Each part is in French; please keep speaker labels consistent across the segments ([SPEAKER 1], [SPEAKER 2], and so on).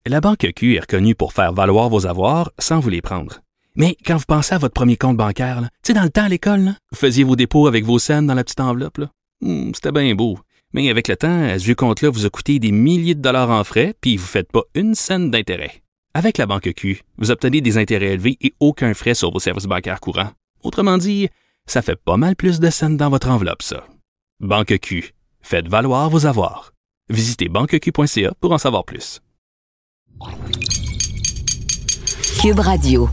[SPEAKER 1] La Banque Q est reconnue pour faire valoir vos avoirs sans vous les prendre. Mais quand vous pensez à votre premier compte bancaire, tu sais, dans le temps à l'école, là, vous faisiez vos dépôts avec vos scènes dans la petite enveloppe. Là. C'était bien beau. Mais avec le temps, ce vieux compte-là vous a coûté des milliers de dollars en frais, puis vous ne faites pas une scène d'intérêt. Avec la Banque Q, vous obtenez des intérêts élevés et aucun frais sur vos services bancaires courants. Autrement dit, ça fait pas mal plus de scènes dans votre enveloppe, ça. Banque Q. Faites valoir vos avoirs. Visitez banqueq.ca pour en savoir plus.
[SPEAKER 2] Cube Radio.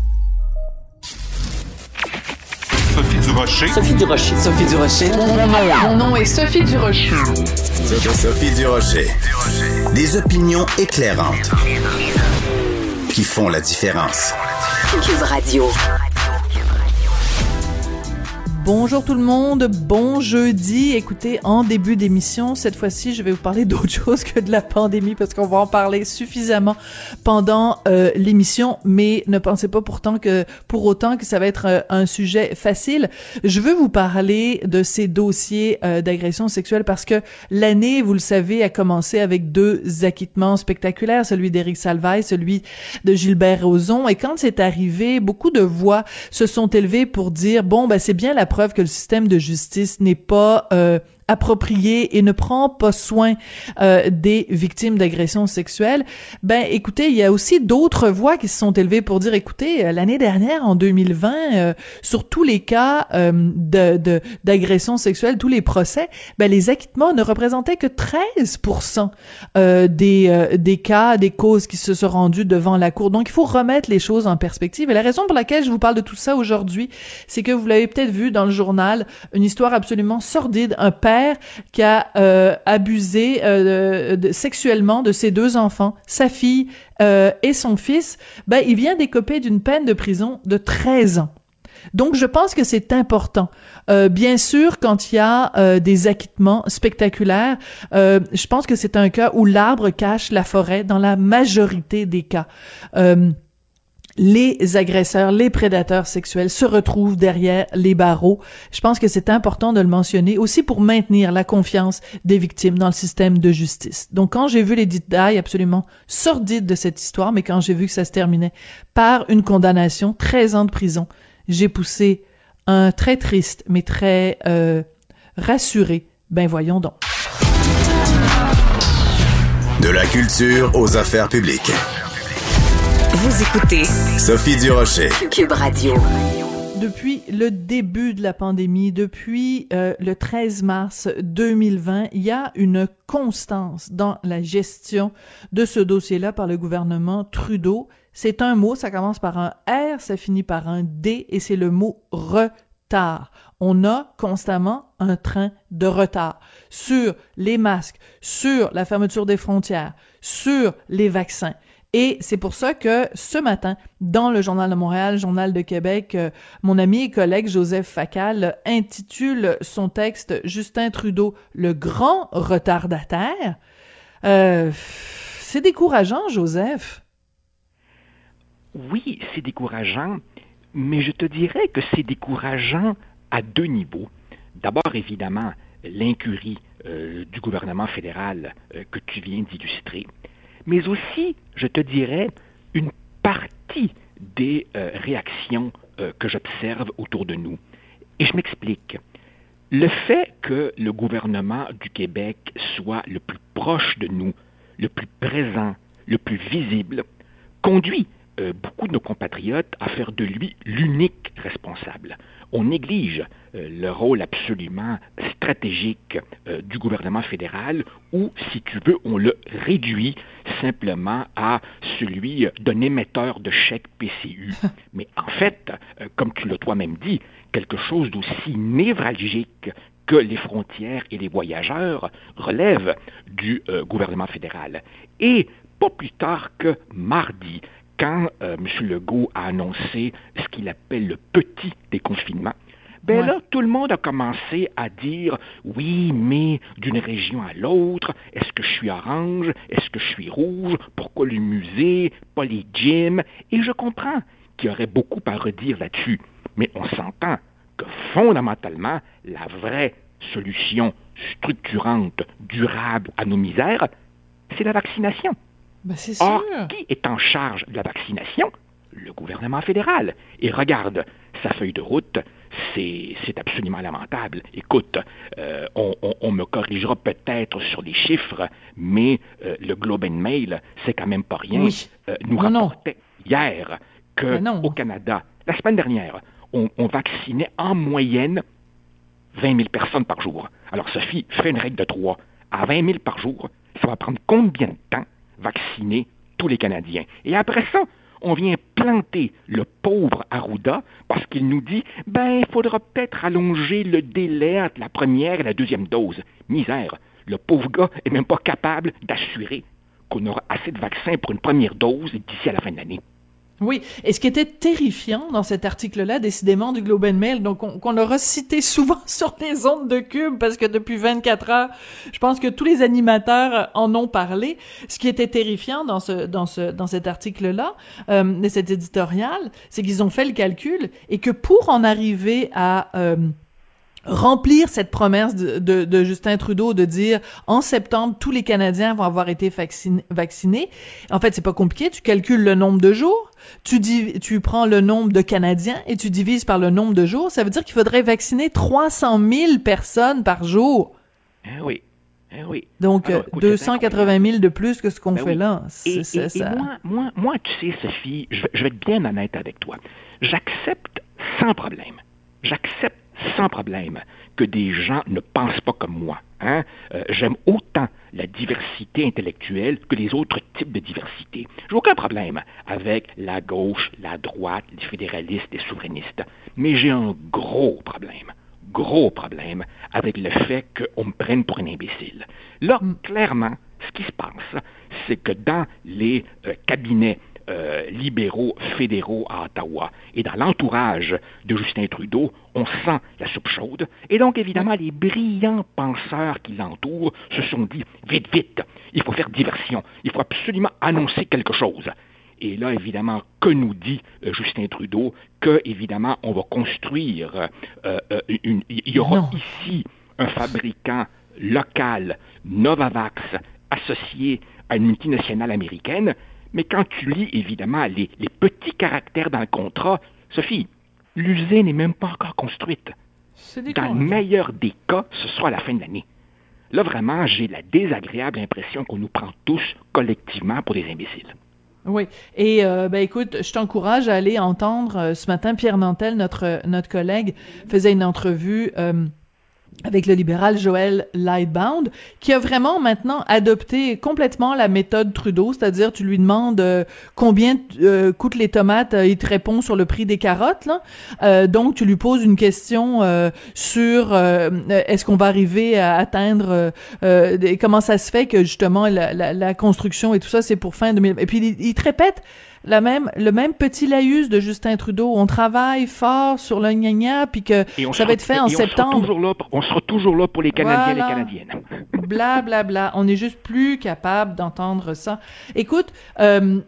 [SPEAKER 3] Sophie Durocher.
[SPEAKER 4] Sophie Durocher. Sophie Durocher.
[SPEAKER 5] Mon nom est Sophie Durocher.
[SPEAKER 6] Sophie Durocher. Des opinions éclairantes qui font la différence.
[SPEAKER 2] Cube Radio.
[SPEAKER 5] Bonjour tout le monde, bon jeudi. Écoutez, en début d'émission, cette fois-ci, je vais vous parler d'autre chose que de la pandémie parce qu'on va en parler suffisamment pendant l'émission, mais ne pensez pas pour autant que ça va être un sujet facile. Je veux vous parler de ces dossiers d'agression sexuelle parce que l'année, vous le savez, a commencé avec deux acquittements spectaculaires, celui d'Éric Salvaille, celui de Gilbert Rozon, et quand c'est arrivé, beaucoup de voix se sont élevées pour dire, bon, ben c'est bien la preuve que le système de justice n'est pas approprié et ne prend pas soin des victimes d'agressions sexuelles. Ben, écoutez, il y a aussi d'autres voix qui se sont élevées pour dire, écoutez, l'année dernière, en 2020, sur tous les cas d'agressions sexuelles, tous les procès, ben, les acquittements ne représentaient que 13% des cas, des causes qui se sont rendues devant la cour. Donc, il faut remettre les choses en perspective. Et la raison pour laquelle je vous parle de tout ça aujourd'hui, c'est que vous l'avez peut-être vu dans le journal, une histoire absolument sordide, un père qui a abusé sexuellement de ses deux enfants, sa fille et son fils, ben il vient d'écoper d'une peine de prison de 13 ans. Donc, je pense que c'est important. Bien sûr, quand il y a des acquittements spectaculaires, je pense que c'est un cas où l'arbre cache la forêt dans la majorité des cas. Les agresseurs, les prédateurs sexuels se retrouvent derrière les barreaux. Je pense que c'est important de le mentionner aussi pour maintenir la confiance des victimes dans le système de justice. Donc, quand j'ai vu les détails absolument sordides de cette histoire, mais quand j'ai vu que ça se terminait par une condamnation, 13 ans de prison, j'ai poussé un très triste, mais très rassuré. Ben voyons donc.
[SPEAKER 6] De la culture aux affaires publiques.
[SPEAKER 2] Vous écoutez
[SPEAKER 6] Sophie Durocher.
[SPEAKER 2] Cube Radio.
[SPEAKER 5] Depuis le début de la pandémie, depuis le 13 mars 2020, il y a une constance dans la gestion de ce dossier-là par le gouvernement Trudeau. C'est un mot, ça commence par un R, ça finit par un D, et c'est le mot retard. On a constamment un train de retard sur les masques, sur la fermeture des frontières, sur les vaccins. Et c'est pour ça que ce matin, dans le Journal de Montréal, Journal de Québec, mon ami et collègue Joseph Facal intitule son texte « Justin Trudeau, le grand retardataire ». C'est décourageant, Joseph.
[SPEAKER 4] Oui, c'est décourageant, mais je te dirais que c'est décourageant à deux niveaux. D'abord, évidemment, l'incurie du gouvernement fédéral que tu viens d'illustrer, mais aussi, je te dirais, une partie des réactions que j'observe autour de nous. Et je m'explique. Le fait que le gouvernement du Québec soit le plus proche de nous, le plus présent, le plus visible, conduit beaucoup de nos compatriotes à faire de lui l'unique responsable. On néglige le rôle absolument stratégique du gouvernement fédéral ou, si tu veux, on le réduit simplement à celui d'un émetteur de chèques PCU. Mais en fait, comme tu l'as toi-même dit, quelque chose d'aussi névralgique que les frontières et les voyageurs relève du gouvernement fédéral. Et pas plus tard que mardi, quand M. Legault a annoncé ce qu'il appelle le petit déconfinement, ben là, tout le monde a commencé à dire « Oui, mais d'une région à l'autre, est-ce que je suis orange? Est-ce que je suis rouge? Pourquoi le musée? Pas les gyms? » Et je comprends qu'il y aurait beaucoup à redire là-dessus. Mais on s'entend que fondamentalement, la vraie solution structurante, durable à nos misères, c'est la vaccination.
[SPEAKER 5] Ben, c'est
[SPEAKER 4] Or,
[SPEAKER 5] sûr.
[SPEAKER 4] qui est en charge de la vaccination? Le gouvernement fédéral. Et regarde, sa feuille de route, c'est absolument lamentable. Écoute, on me corrigera peut-être sur les chiffres, mais le Globe and Mail, c'est quand même pas rien,
[SPEAKER 5] Oui.
[SPEAKER 4] nous rapportait hier qu'au Canada, la semaine dernière, on vaccinait en moyenne 20 000 personnes par jour. Alors, Sophie, fais une règle de 3. À 20 000 par jour, ça va prendre combien de temps vacciner tous les Canadiens? Et après ça, on vient planter le pauvre Arruda parce qu'il nous dit « il faudra peut-être allonger le délai entre la première et la deuxième dose. » Misère, le pauvre gars n'est même pas capable d'assurer qu'on aura assez de vaccins pour une première dose d'ici à la fin de l'année.
[SPEAKER 5] Oui, et ce qui était terrifiant dans cet article-là, décidément, du Globe and Mail, donc qu'on aura cité souvent sur les ondes de Cube, parce que depuis 24 heures, je pense que tous les animateurs en ont parlé. Ce qui était terrifiant dans cet article-là, de cet éditorial, c'est qu'ils ont fait le calcul, et que pour en arriver à remplir cette promesse de Justin Trudeau de dire en septembre tous les Canadiens vont avoir été vaccinés. En fait, c'est pas compliqué, tu calcules le nombre de jours, tu prends le nombre de Canadiens et tu divises par le nombre de jours, ça veut dire qu'il faudrait vacciner 300 000 personnes par jour.
[SPEAKER 4] Oui.
[SPEAKER 5] Donc,
[SPEAKER 4] alors, écoute,
[SPEAKER 5] 280 000 de plus que ce qu'on fait là.
[SPEAKER 4] Et moi, tu sais, Sophie, je vais être bien honnête avec toi. J'accepte sans problème que des gens ne pensent pas comme moi. J'aime autant la diversité intellectuelle que les autres types de diversité. J'ai aucun problème avec la gauche, la droite, les fédéralistes, les souverainistes. Mais j'ai un gros problème avec le fait qu'on me prenne pour un imbécile. Là, clairement, ce qui se passe, c'est que dans les cabinets libéraux fédéraux à Ottawa et dans l'entourage de Justin Trudeau, on sent la soupe chaude. Et donc, évidemment, les brillants penseurs qui l'entourent se sont dit « Vite, il faut faire diversion, il faut absolument annoncer quelque chose ». Et là, évidemment, que nous dit Justin Trudeau? Que, évidemment, on va construire, il y aura ici un fabricant local, Novavax, associé à une multinationale américaine. Mais quand tu lis, évidemment, les petits caractères dans le contrat, Sophie, l'usine n'est même pas encore construite. Dans le meilleur des cas, ce sera à la fin de l'année. Là, vraiment, j'ai la désagréable impression qu'on nous prend tous collectivement pour des imbéciles.
[SPEAKER 5] Oui. Et écoute, je t'encourage à aller entendre ce matin Pierre Nantel, notre collègue, faisait une entrevue avec le libéral Joël Lightbound, qui a vraiment maintenant adopté complètement la méthode Trudeau, c'est-à-dire tu lui demandes combien coûtent les tomates, il te répond sur le prix des carottes, là. Donc tu lui poses une question sur est-ce qu'on va arriver à atteindre comment ça se fait que justement la construction et tout ça c'est pour fin 2000. Et puis il te répète le même petit laïus de Justin Trudeau. On travaille fort sur le gna-gna, puis que ça va être fait en septembre.
[SPEAKER 4] On sera toujours là pour les Canadiens et les Canadiennes.
[SPEAKER 5] Bla, bla, bla. On est juste plus capable d'entendre ça. Écoute, tu as mis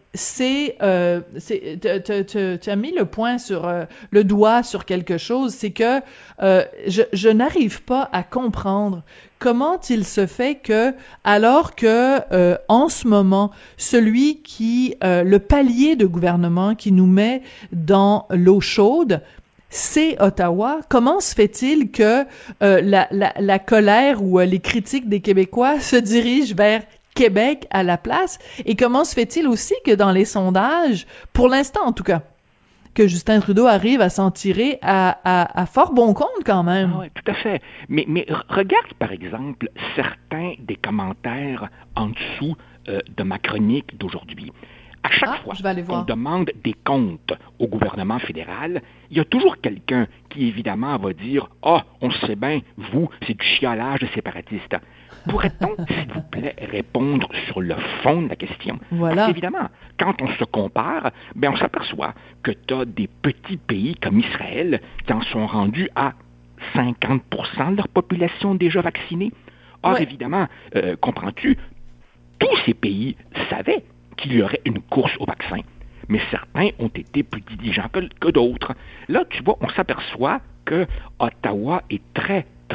[SPEAKER 5] le doigt sur quelque chose, c'est que je n'arrive pas à comprendre comment il se fait que, alors que en ce moment, celui qui le palier de gouvernement qui nous met dans l'eau chaude, c'est Ottawa. Comment se fait-il que la colère ou les critiques des Québécois se dirigent vers Québec à la place? Et comment se fait-il aussi que dans les sondages, pour l'instant en tout cas, que Justin Trudeau arrive à s'en tirer à fort bon compte quand même?
[SPEAKER 4] Oui, tout à fait. Mais regarde par exemple certains des commentaires en dessous de ma chronique d'aujourd'hui. À chaque fois qu'on demande des comptes au gouvernement fédéral, il y a toujours quelqu'un qui, évidemment, va dire « Ah, on sait bien, vous, c'est du chiolage de séparatistes. » Pourrait-on, s'il vous plaît, répondre sur le fond de la question?
[SPEAKER 5] Voilà.
[SPEAKER 4] Parce qu'évidemment, quand on se compare, on s'aperçoit que tu as des petits pays comme Israël qui en sont rendus à 50% de leur population déjà vaccinée. Or, évidemment, comprends-tu, tous ces pays savaient qu'il y aurait une course au vaccin. Mais certains ont été plus diligents que d'autres. Là, tu vois, on s'aperçoit que Ottawa est très, très,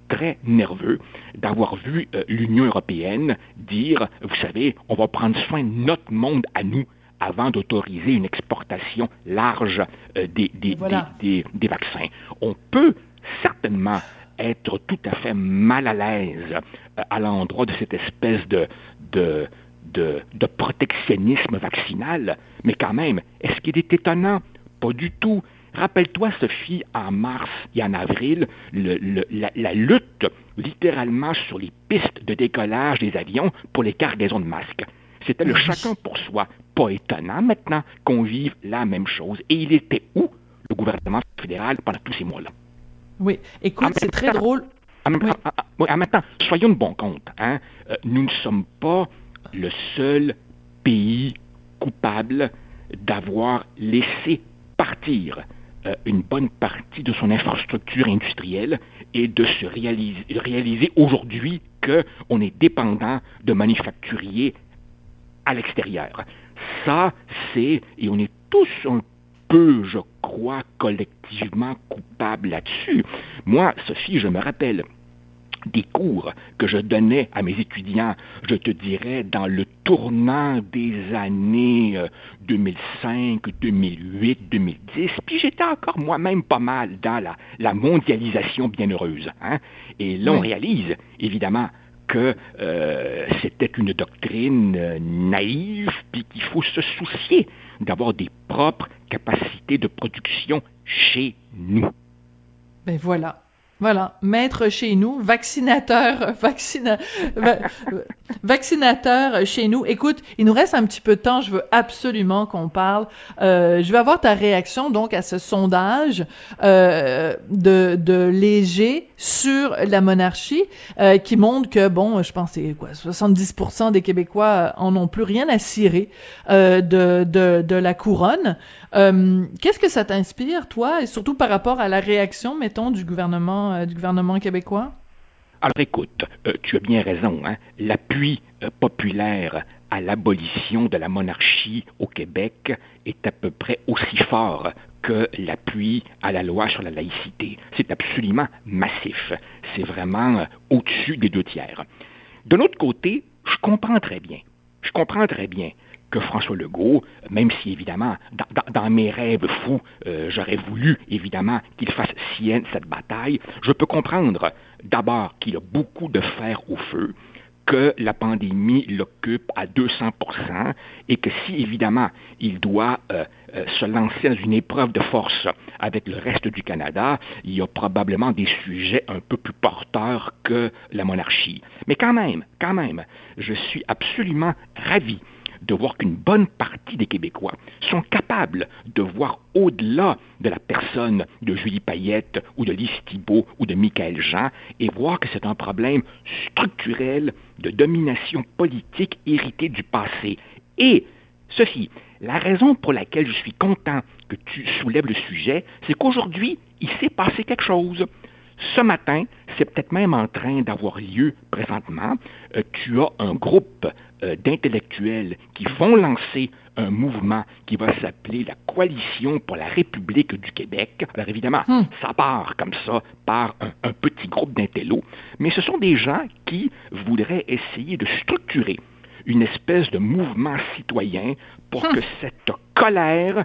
[SPEAKER 4] très nerveux d'avoir vu l'Union européenne dire, vous savez, on va prendre soin de notre monde à nous avant d'autoriser une exportation large des vaccins. On peut certainement être tout à fait mal à l'aise à l'endroit de cette espèce de protectionnisme vaccinal, mais quand même, est-ce qu'il est étonnant? Pas du tout. Rappelle-toi, Sophie, en mars et en avril, la lutte littéralement sur les pistes de décollage des avions pour les cargaisons de masques. C'était le chacun pour soi. Pas étonnant maintenant qu'on vive la même chose. Et il était où, le gouvernement fédéral, pendant tous ces mois-là?
[SPEAKER 5] Oui, écoute, c'est très drôle.
[SPEAKER 4] En même temps, soyons de bon compte. Hein? Nous ne sommes pas le seul pays coupable d'avoir laissé partir une bonne partie de son infrastructure industrielle et de se réaliser aujourd'hui qu'on est dépendant de manufacturiers à l'extérieur. Ça, et on est tous un peu, je crois, collectivement coupables là-dessus. Moi, Sophie, je me rappelle des cours que je donnais à mes étudiants, je te dirais, dans le tournant des années 2005, 2008, 2010, puis j'étais encore moi-même pas mal dans la mondialisation bienheureuse. Hein? Et là, on réalise, évidemment, que c'était une doctrine naïve, puis qu'il faut se soucier d'avoir des propres capacités de production chez nous.
[SPEAKER 5] Ben voilà. Voilà, maître chez nous, vaccinateur chez nous. Écoute, il nous reste un petit peu de temps, je veux absolument qu'on parle. Je vais avoir ta réaction donc à ce sondage de Léger sur la monarchie qui montre que, bon, je pense c'est quoi, 70% des Québécois en ont plus rien à cirer de la couronne. Qu'est-ce que ça t'inspire, toi, et surtout par rapport à la réaction, mettons, du gouvernement québécois?
[SPEAKER 4] Alors écoute, tu as bien raison, hein? L'appui populaire à l'abolition de la monarchie au Québec est à peu près aussi fort que l'appui à la loi sur la laïcité. C'est absolument massif. C'est vraiment au-dessus des 2/3. De l'autre côté, je comprends très bien que François Legault, même si évidemment, dans mes rêves fous, j'aurais voulu évidemment qu'il fasse sienne cette bataille, je peux comprendre d'abord qu'il a beaucoup de fer au feu, que la pandémie l'occupe à 200%, et que si évidemment il doit se lancer dans une épreuve de force avec le reste du Canada, il y a probablement des sujets un peu plus porteurs que la monarchie. Mais quand même, je suis absolument ravi de voir qu'une bonne partie des Québécois sont capables de voir au-delà de la personne de Julie Payette ou de Lise Thibault ou de Michaël Jean et voir que c'est un problème structurel de domination politique héritée du passé. Et, Sophie, la raison pour laquelle je suis content que tu soulèves le sujet, c'est qu'aujourd'hui, il s'est passé quelque chose. Ce matin, c'est peut-être même en train d'avoir lieu présentement. Tu as un groupe d'intellectuels qui vont lancer un mouvement qui va s'appeler la Coalition pour la République du Québec. Alors évidemment, ça part comme ça par un petit groupe d'intellos, mais ce sont des gens qui voudraient essayer de structurer une espèce de mouvement citoyen pour que cette colère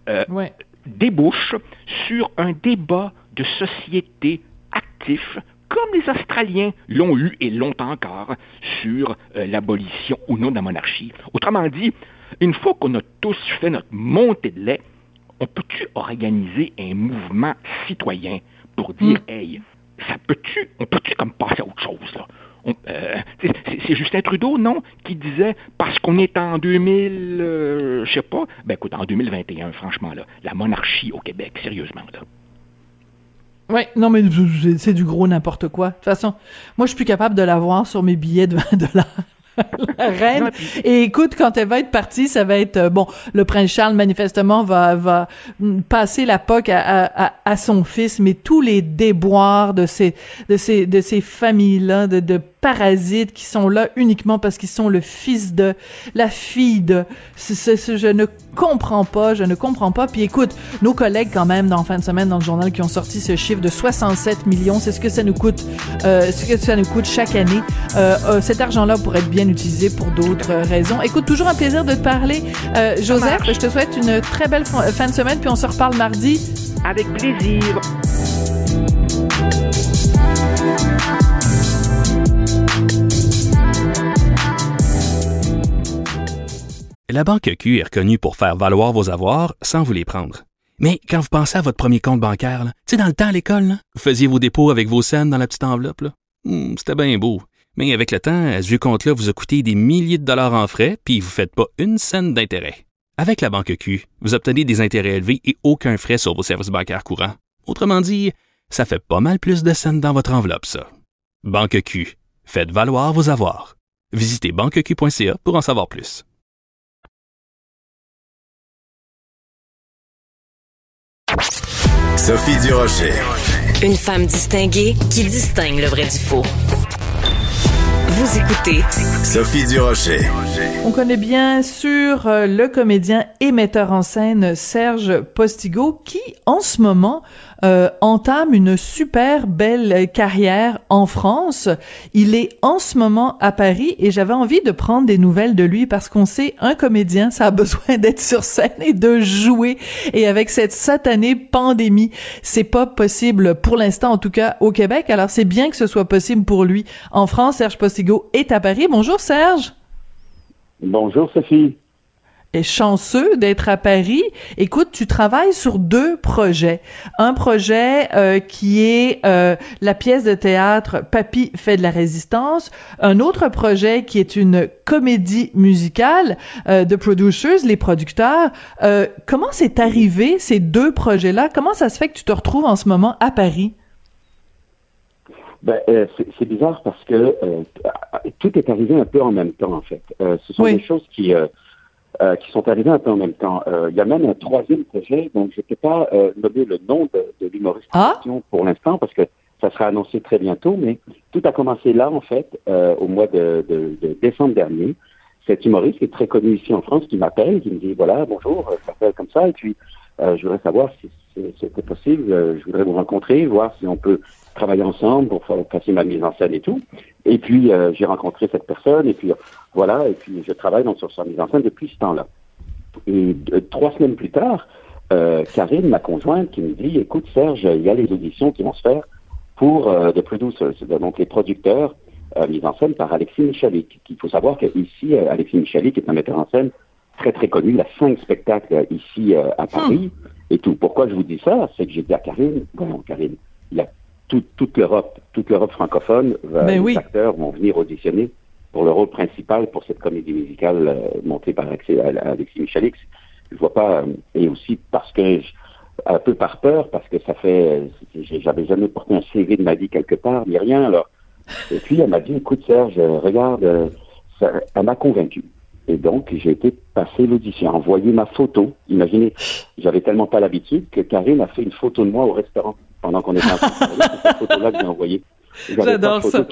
[SPEAKER 4] débouche sur un débat de société actif, comme les Australiens l'ont eu et l'ont encore, sur l'abolition ou non de la monarchie. Autrement dit, une fois qu'on a tous fait notre montée de lait, on peut-tu organiser un mouvement citoyen pour dire, hey, on peut-tu comme passer à autre chose, là? C'est Justin Trudeau, non, qui disait, parce qu'on est en 2000, je sais pas, ben écoute, en 2021, franchement, là, la monarchie au Québec, sérieusement, là.
[SPEAKER 5] Ouais, non, mais c'est du gros n'importe quoi. De toute façon, moi, je suis plus capable de la voir sur mes billets de 20$. La reine. Et écoute, quand elle va être partie, ça va être bon. Le prince Charles manifestement va passer la POC à son fils, mais tous les déboires de ces familles-là, de parasites qui sont là uniquement parce qu'ils sont le fils de, la fille de. Je ne comprends pas. Puis écoute, nos collègues quand même dans Fin de semaine dans le journal qui ont sorti ce chiffre de 67 millions, c'est ce que ça nous coûte, chaque année. Cet argent-là pourrait être bien utilisé pour d'autres raisons. Écoute, toujours un plaisir de te parler, Joseph. Je te souhaite une très belle fin de semaine, puis on se reparle mardi.
[SPEAKER 4] Avec plaisir.
[SPEAKER 1] La Banque Q est reconnue pour faire valoir vos avoirs sans vous les prendre. Mais quand vous pensez à votre premier compte bancaire, tu sais, dans le temps à l'école, là, vous faisiez vos dépôts avec vos scènes dans la petite enveloppe. C'était bien beau. Mais avec le temps, ce vieux compte-là vous a coûté des milliers de dollars en frais, puis vous ne faites pas une scène d'intérêt. Avec la Banque Q, vous obtenez des intérêts élevés et aucun frais sur vos services bancaires courants. Autrement dit, ça fait pas mal plus de scènes dans votre enveloppe, ça. Banque Q. Faites valoir vos avoirs. Visitez banqueq.ca pour en savoir plus.
[SPEAKER 6] Sophie Durocher.
[SPEAKER 2] Une femme distinguée qui distingue le vrai du faux. Vous écoutez
[SPEAKER 6] Sophie Durocher.
[SPEAKER 5] On connaît bien sûr le comédien et metteur en scène Serge Postigo qui, en ce moment, entame une super belle carrière en France. Il est en ce moment à Paris et j'avais envie de prendre des nouvelles de lui parce qu'on sait, un comédien, ça a besoin d'être sur scène et de jouer. Et avec cette satanée pandémie, c'est pas possible pour l'instant, en tout cas au Québec. Alors c'est bien que ce soit possible pour lui en France. Serge Postigo est à Paris. Bonjour Serge.
[SPEAKER 7] Bonjour Sophie.
[SPEAKER 5] Et chanceux d'être à Paris. Écoute, tu travailles sur 2 projets. Un projet qui est la pièce de théâtre Papy fait de la résistance. Un autre projet qui est une comédie musicale de Producers, les producteurs. Comment c'est arrivé ces 2 projets-là? Comment ça se fait que tu te retrouves en ce moment à Paris?
[SPEAKER 7] C'est bizarre parce que tout est arrivé un peu en même temps, en fait. Ce sont des choses qui sont arrivées un peu en même temps. Il y a même un 3e projet, donc je ne peux pas nommer le nom de l'humoriste en question pour l'instant parce que ça sera annoncé très bientôt, mais tout a commencé là, en fait, au mois de décembre dernier. Cet humoriste qui est très connu ici en France qui m'appelle, qui me dit, voilà, bonjour, ça s'appelle comme ça, et puis je voudrais savoir si c'était possible, je voudrais vous rencontrer, voir si on peut travailler ensemble pour passer ma mise en scène et tout. Et puis, j'ai rencontré cette personne, et puis voilà, et puis je travaille donc sur sa mise en scène depuis ce temps-là. Et 3 semaines plus tard, Karine, ma conjointe, qui me dit, écoute Serge, il y a les auditions qui vont se faire pour The Producers, donc les producteurs mis en scène par Alexis Michalik. Il faut savoir qu'ici, Alexis Michalik est un metteur en scène très très connu, il a 5 spectacles ici à Paris et tout. Pourquoi je vous dis ça? C'est que j'ai dit à Karine, Karine, il y a toute l'Europe francophone, les acteurs vont venir auditionner pour le rôle principal pour cette comédie musicale montée par Alexis Michalik. Je vois pas, et aussi parce que, un peu par peur, parce que ça fait, j'avais jamais porté un CV de ma vie quelque part, ni rien, alors. Et puis, elle m'a dit, écoute Serge, regarde, elle m'a convaincu. Et donc, j'ai été passer l'audition, envoyer ma photo. Imaginez, j'avais tellement pas l'habitude que Karine a fait une photo de moi au restaurant pendant qu'on était en train de parler. C'est cette photo-là que j'ai envoyée.
[SPEAKER 5] J'adore ça.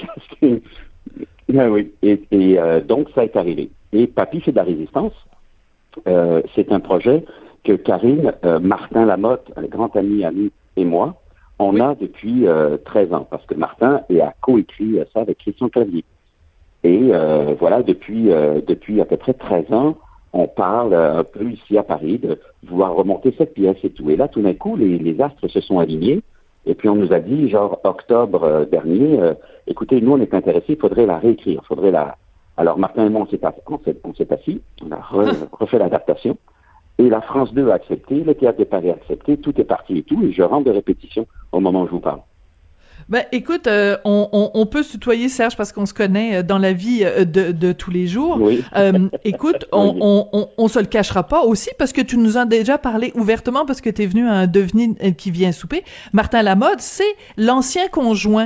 [SPEAKER 7] Oui. Et donc, ça est arrivé. Et Papy fait de la résistance. C'est un projet que Karine, Martin Lamotte, un grand ami et moi, on a depuis 13 ans. Parce que Martin a coécrit ça avec Christian Clavier. Et voilà, depuis à peu près 13 ans, on parle un peu ici à Paris de vouloir remonter cette pièce et tout. Et là, tout d'un coup, les astres se sont alignés. Et puis, on nous a dit, genre octobre dernier, écoutez, nous, on est intéressés, il faudrait la réécrire. Alors, Martin et moi, on s'est assis, on a refait l'adaptation. Et la France 2 a accepté, le Théâtre de Paris a accepté, tout est parti et tout. Et je rentre de répétition au moment où je vous parle.
[SPEAKER 5] Ben, écoute, on peut se tutoyer, Serge, parce qu'on se connaît dans la vie de tous les jours.
[SPEAKER 7] Oui.
[SPEAKER 5] Écoute, on se le cachera pas aussi, parce que tu nous en as déjà parlé ouvertement, parce que t'es venu à un devenir qui vient souper. Martin Lamotte, c'est l'ancien conjoint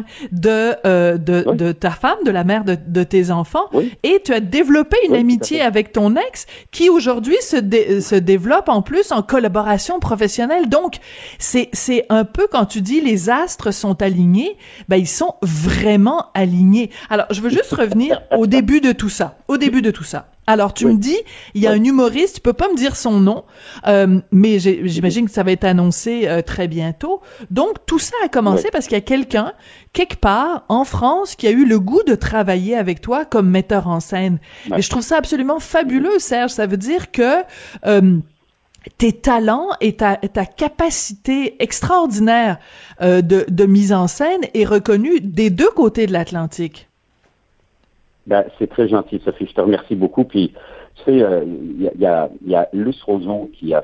[SPEAKER 5] de ta femme, de la mère de tes enfants, et tu as développé une amitié avec ton ex, qui aujourd'hui se développe en plus en collaboration professionnelle. Donc, c'est un peu quand tu dis les astres sont alignés, ben ils sont vraiment alignés. Alors, je veux juste revenir au début de tout ça. Alors, tu me dis, il y a un humoriste, tu peux pas me dire son nom, mais j'imagine que ça va être annoncé très bientôt. Donc, tout ça a commencé parce qu'il y a quelqu'un, quelque part, en France, qui a eu le goût de travailler avec toi comme metteur en scène. Et je trouve ça absolument fabuleux, Serge. Ça veut dire que tes talents et ta capacité extraordinaire de mise en scène est reconnue des deux côtés de l'Atlantique.
[SPEAKER 7] Ben, c'est très gentil, Sophie. Je te remercie beaucoup. Puis, tu sais, il y a Luce Roson qui a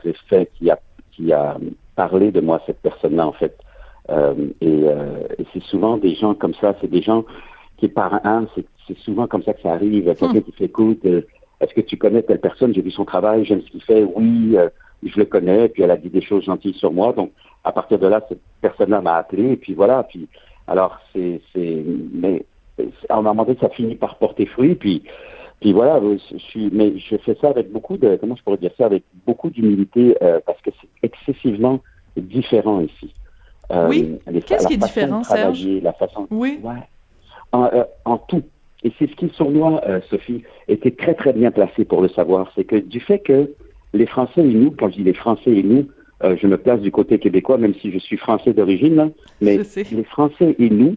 [SPEAKER 7] parlé de moi, cette personne-là, en fait. Et c'est souvent des gens comme ça. C'est des gens qui, par un, c'est souvent comme ça que ça arrive. Quelqu'un qui fait, écoute, est-ce que tu connais telle personne? J'ai vu son travail, j'aime ce qu'il fait. Oui, je le connais. Puis elle a dit des choses gentilles sur moi. Donc, à partir de là, cette personne-là m'a appelé. Et puis voilà. Puis, alors, mais à un moment donné, ça finit par porter fruit, puis voilà, mais je fais ça avec beaucoup de, comment je pourrais dire ça, avec beaucoup d'humilité, parce que c'est excessivement différent ici.
[SPEAKER 5] Oui. Qu'est-ce qui est différent, Serge?
[SPEAKER 7] La façon,
[SPEAKER 5] oui.
[SPEAKER 7] Ouais, en tout. Et c'est ce qui, sur moi, Sophie, était très, très bien placé pour le savoir. C'est que du fait que les Français et nous, quand je dis les Français et nous, je me place du côté québécois, même si je suis français d'origine, là, mais les Français et nous,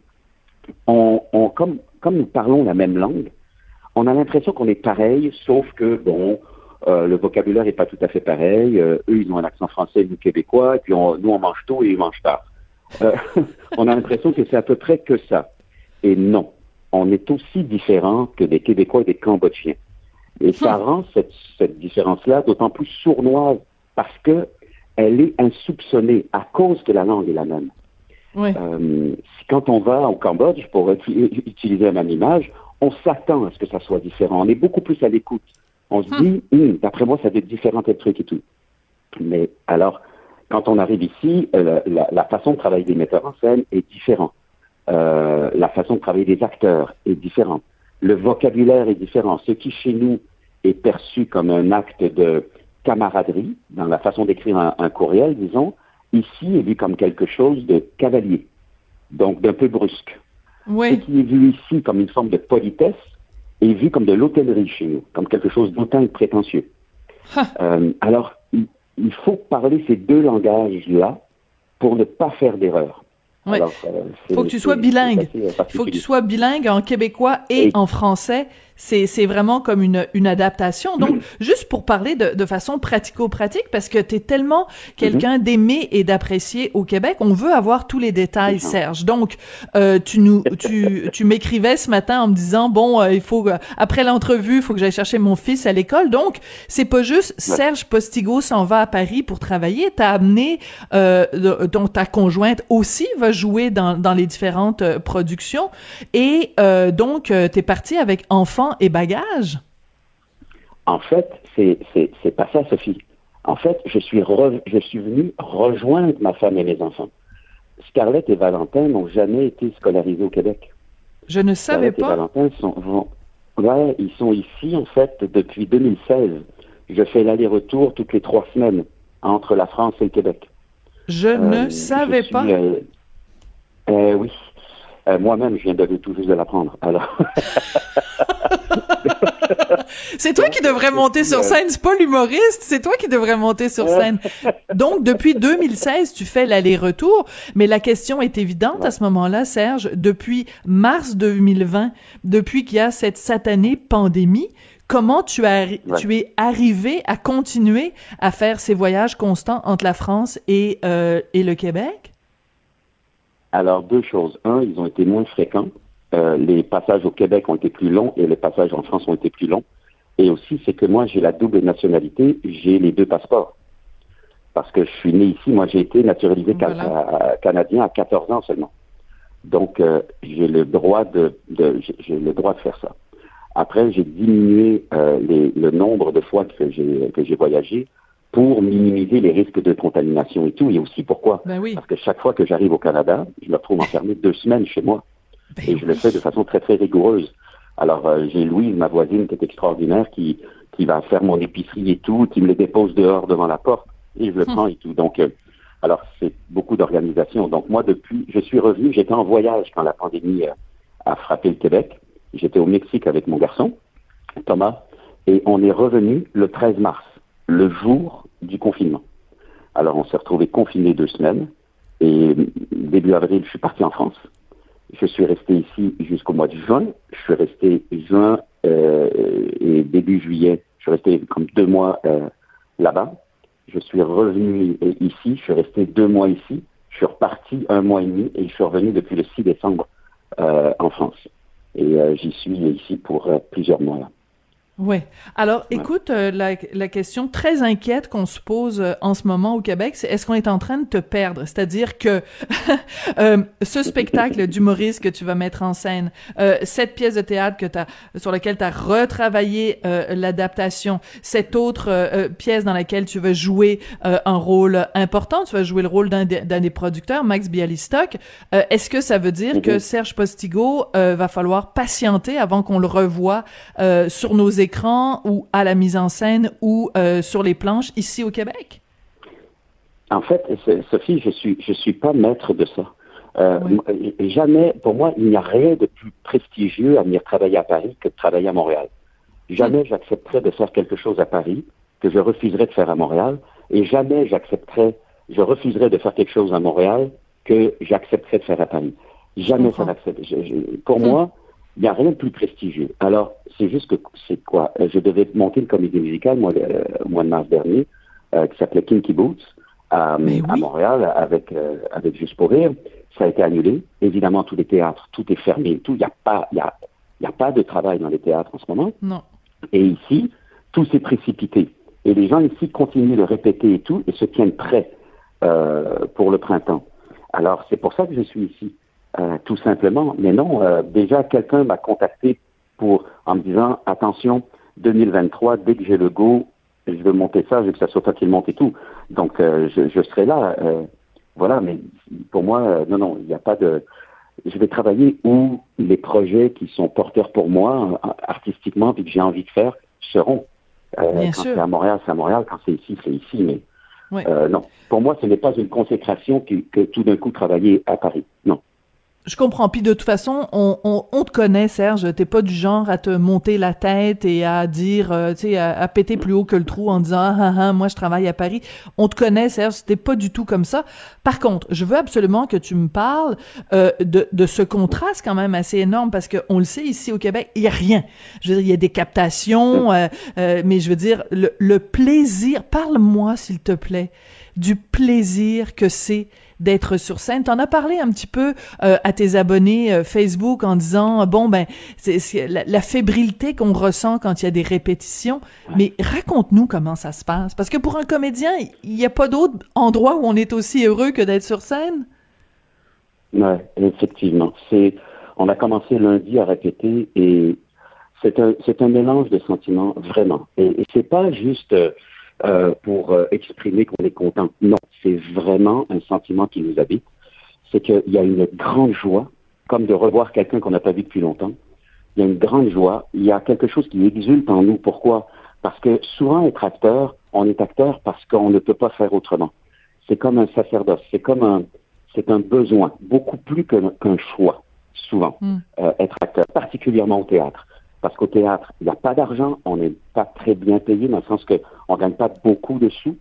[SPEAKER 7] comme nous parlons la même langue, on a l'impression qu'on est pareil, sauf que, bon, le vocabulaire n'est pas tout à fait pareil. Eux, ils ont un accent français, nous, québécois, et puis nous, on mange tôt et ils mangent tard. On a l'impression que c'est à peu près que ça. Et non, on est aussi différents que des Québécois et des Cambodgiens. Et ça rend cette différence-là d'autant plus sournoise parce que elle est insoupçonnée à cause que la langue est la même.
[SPEAKER 5] Oui.
[SPEAKER 7] Quand on va au Cambodge, pour utiliser la même image, on s'attend à ce que ça soit différent. On est beaucoup plus à l'écoute. On se dit, d'après moi, ça doit être différent, tel truc et tout. Mais alors, quand on arrive ici, la façon de travailler des metteurs en scène est différente. La façon de travailler des acteurs est différente. Le vocabulaire est différent. Ce qui, chez nous, est perçu comme un acte de camaraderie, dans la façon d'écrire un courriel, disons, ici est vu comme quelque chose de cavalier, donc d'un peu brusque.
[SPEAKER 5] Oui.
[SPEAKER 7] Ce qui est vu ici comme une forme de politesse est vu comme de l'hôtellerie chez nous, comme quelque chose d'autant et prétentieux. Alors, il faut parler ces deux langages-là pour ne pas faire d'erreur.
[SPEAKER 5] Oui. Il faut que tu sois bilingue. Il faut que tu sois bilingue en québécois et en français. C'est vraiment comme une adaptation. Donc, juste pour parler de façon pratico-pratique, parce que t'es tellement quelqu'un d'aimer et d'apprécier au Québec, on veut avoir tous les détails, Serge. Donc, tu m'écrivais ce matin en me disant, bon, il faut, après l'entrevue, il faut que j'aille chercher mon fils à l'école. Donc, c'est pas juste Serge Postigo s'en va à Paris pour travailler. T'as amené, donc ta conjointe aussi va jouer dans les différentes productions. Et donc, t'es parti avec enfants et bagages?
[SPEAKER 7] En fait, c'est pas ça, Sophie. En fait, je suis venu rejoindre ma femme et mes enfants. Scarlett et Valentin n'ont jamais été scolarisés au Québec.
[SPEAKER 5] Je ne savais pas.
[SPEAKER 7] Scarlett et Valentin ils sont ici, en fait, depuis 2016. Je fais l'aller-retour toutes les 3 semaines entre la France et le Québec.
[SPEAKER 5] Je ne savais pas.
[SPEAKER 7] Oui. Moi-même, je viens tout juste de l'apprendre. Alors.
[SPEAKER 5] C'est toi qui devrais monter sur scène, c'est pas l'humoriste, c'est toi qui devrais monter sur scène. Donc, depuis 2016, tu fais l'aller-retour, mais la question est évidente à ce moment-là, Serge, depuis mars 2020, depuis qu'il y a cette satanée pandémie, comment tu es arrivé à continuer à faire ces voyages constants entre la France et le Québec?
[SPEAKER 7] Alors, 2 choses. 1, ils ont été moins fréquents. Les passages au Québec ont été plus longs et les passages en France ont été plus longs. Et aussi, c'est que moi, j'ai la double nationalité, j'ai les 2 passeports. Parce que je suis né ici, moi, j'ai été naturalisé canadien à 14 ans seulement. Donc, j'ai le droit de faire ça. Après, j'ai diminué le nombre de fois que j'ai voyagé pour minimiser les risques de contamination et tout. Et aussi, pourquoi?
[SPEAKER 5] Ben oui.
[SPEAKER 7] Parce que chaque fois que j'arrive au Canada, je me retrouve enfermé 2 semaines chez moi. Et je le fais de façon très, très rigoureuse. Alors, j'ai Louise, ma voisine, qui est extraordinaire, qui va faire mon épicerie et tout, qui me les dépose dehors devant la porte, et je le prends et tout. Donc, Alors, c'est beaucoup d'organisation. Donc, moi, je suis revenu, j'étais en voyage quand la pandémie a frappé le Québec. J'étais au Mexique avec mon garçon, Thomas, et on est revenu le 13 mars, le jour du confinement. Alors, on s'est retrouvés confinés 2 semaines, et début avril, je suis parti en France. Je suis resté ici jusqu'au mois de juin. Je suis resté juin et début juillet. Je suis resté comme 2 mois là-bas. Je suis revenu ici. Je suis resté 2 mois ici. Je suis reparti 1 mois et demi et je suis revenu depuis le 6 décembre en France. Et j'y suis ici pour plusieurs mois là.
[SPEAKER 5] Oui. Alors, écoute, la question très inquiète qu'on se pose en ce moment au Québec, c'est est-ce qu'on est en train de te perdre? C'est-à-dire que ce spectacle d'humoriste que tu vas mettre en scène, cette pièce de théâtre sur laquelle tu as retravaillé l'adaptation, cette autre pièce dans laquelle tu vas jouer un rôle important, tu vas jouer le rôle d'un des producteurs, Max Bialystock, est-ce que ça veut dire que Serge Postigo va falloir patienter avant qu'on le revoie sur nos écrans ou à la mise en scène ou sur les planches ici au Québec?
[SPEAKER 7] En fait, Sophie, je suis pas maître de ça. Jamais, pour moi, il n'y a rien de plus prestigieux à venir travailler à Paris que de travailler à Montréal. Jamais j'accepterais de faire quelque chose à Paris que je refuserais de faire à Montréal, et jamais je refuserais de faire quelque chose à Montréal que j'accepterais de faire à Paris. Jamais ça n'accepte. Pour moi, il n'y a rien de plus prestigieux. Alors, c'est juste que, c'est quoi? Je devais monter une comédie musicale, moi, au mois de mars dernier, qui s'appelait Kinky Boots, à Montréal, avec Juste pour rire. Ça a été annulé. Évidemment, tous les théâtres, tout est fermé, tout. Il n'y a pas de travail dans les théâtres en ce moment.
[SPEAKER 5] Non.
[SPEAKER 7] Et ici, tout s'est précipité. Et les gens ici continuent de répéter et tout, et se tiennent prêts pour le printemps. Alors, c'est pour ça que je suis ici. Tout simplement. Mais non, déjà, quelqu'un m'a contacté en me disant, attention, 2023, dès que j'ai le go, je veux monter ça, je veux que ça soit toi qui le monte et tout. Donc, je serai là. Voilà, mais pour moi, non, il n'y a pas de... Je vais travailler où les projets qui sont porteurs pour moi, artistiquement, puis que j'ai envie de faire, seront. Quand c'est à Montréal, c'est à Montréal. Quand c'est ici, c'est ici. Mais non, pour moi, ce n'est pas une consécration que tout d'un coup travailler à Paris. Non.
[SPEAKER 5] Je comprends. Puis de toute façon, on te connaît, Serge. T'es pas du genre à te monter la tête et à dire, tu sais, à péter plus haut que le trou en disant moi je travaille à Paris. On te connaît, Serge. T'es pas du tout comme ça. Par contre, je veux absolument que tu me parles de ce contraste quand même assez énorme, parce que on le sait ici au Québec, il y a rien. Je veux dire, il y a des captations, mais je veux dire le plaisir. Parle-moi, s'il te plaît, du plaisir que c'est d'être sur scène. T'en as parlé un petit peu à tes abonnés Facebook en disant c'est la fébrilité qu'on ressent quand il y a des répétitions. Mais raconte-nous comment ça se passe, parce que pour un comédien, il n'y a pas d'autre endroit où on est aussi heureux que d'être sur scène.
[SPEAKER 7] Oui, effectivement. On a commencé lundi à répéter et c'est un mélange de sentiments vraiment. Et c'est pas juste pour exprimer qu'on est content. Non, c'est vraiment un sentiment qui nous habite. C'est qu'il y a une grande joie, comme de revoir quelqu'un qu'on n'a pas vu depuis longtemps. Il y a une grande joie. Il y a quelque chose qui exulte en nous. Pourquoi? Parce que souvent, être acteur, on est acteur parce qu'on ne peut pas faire autrement. C'est comme un sacerdoce. C'est un besoin, beaucoup plus qu'un choix, souvent, être acteur, particulièrement au théâtre. Parce qu'au théâtre, il n'y a pas d'argent, on n'est pas très bien payé, dans le sens qu'on ne gagne pas beaucoup de sous.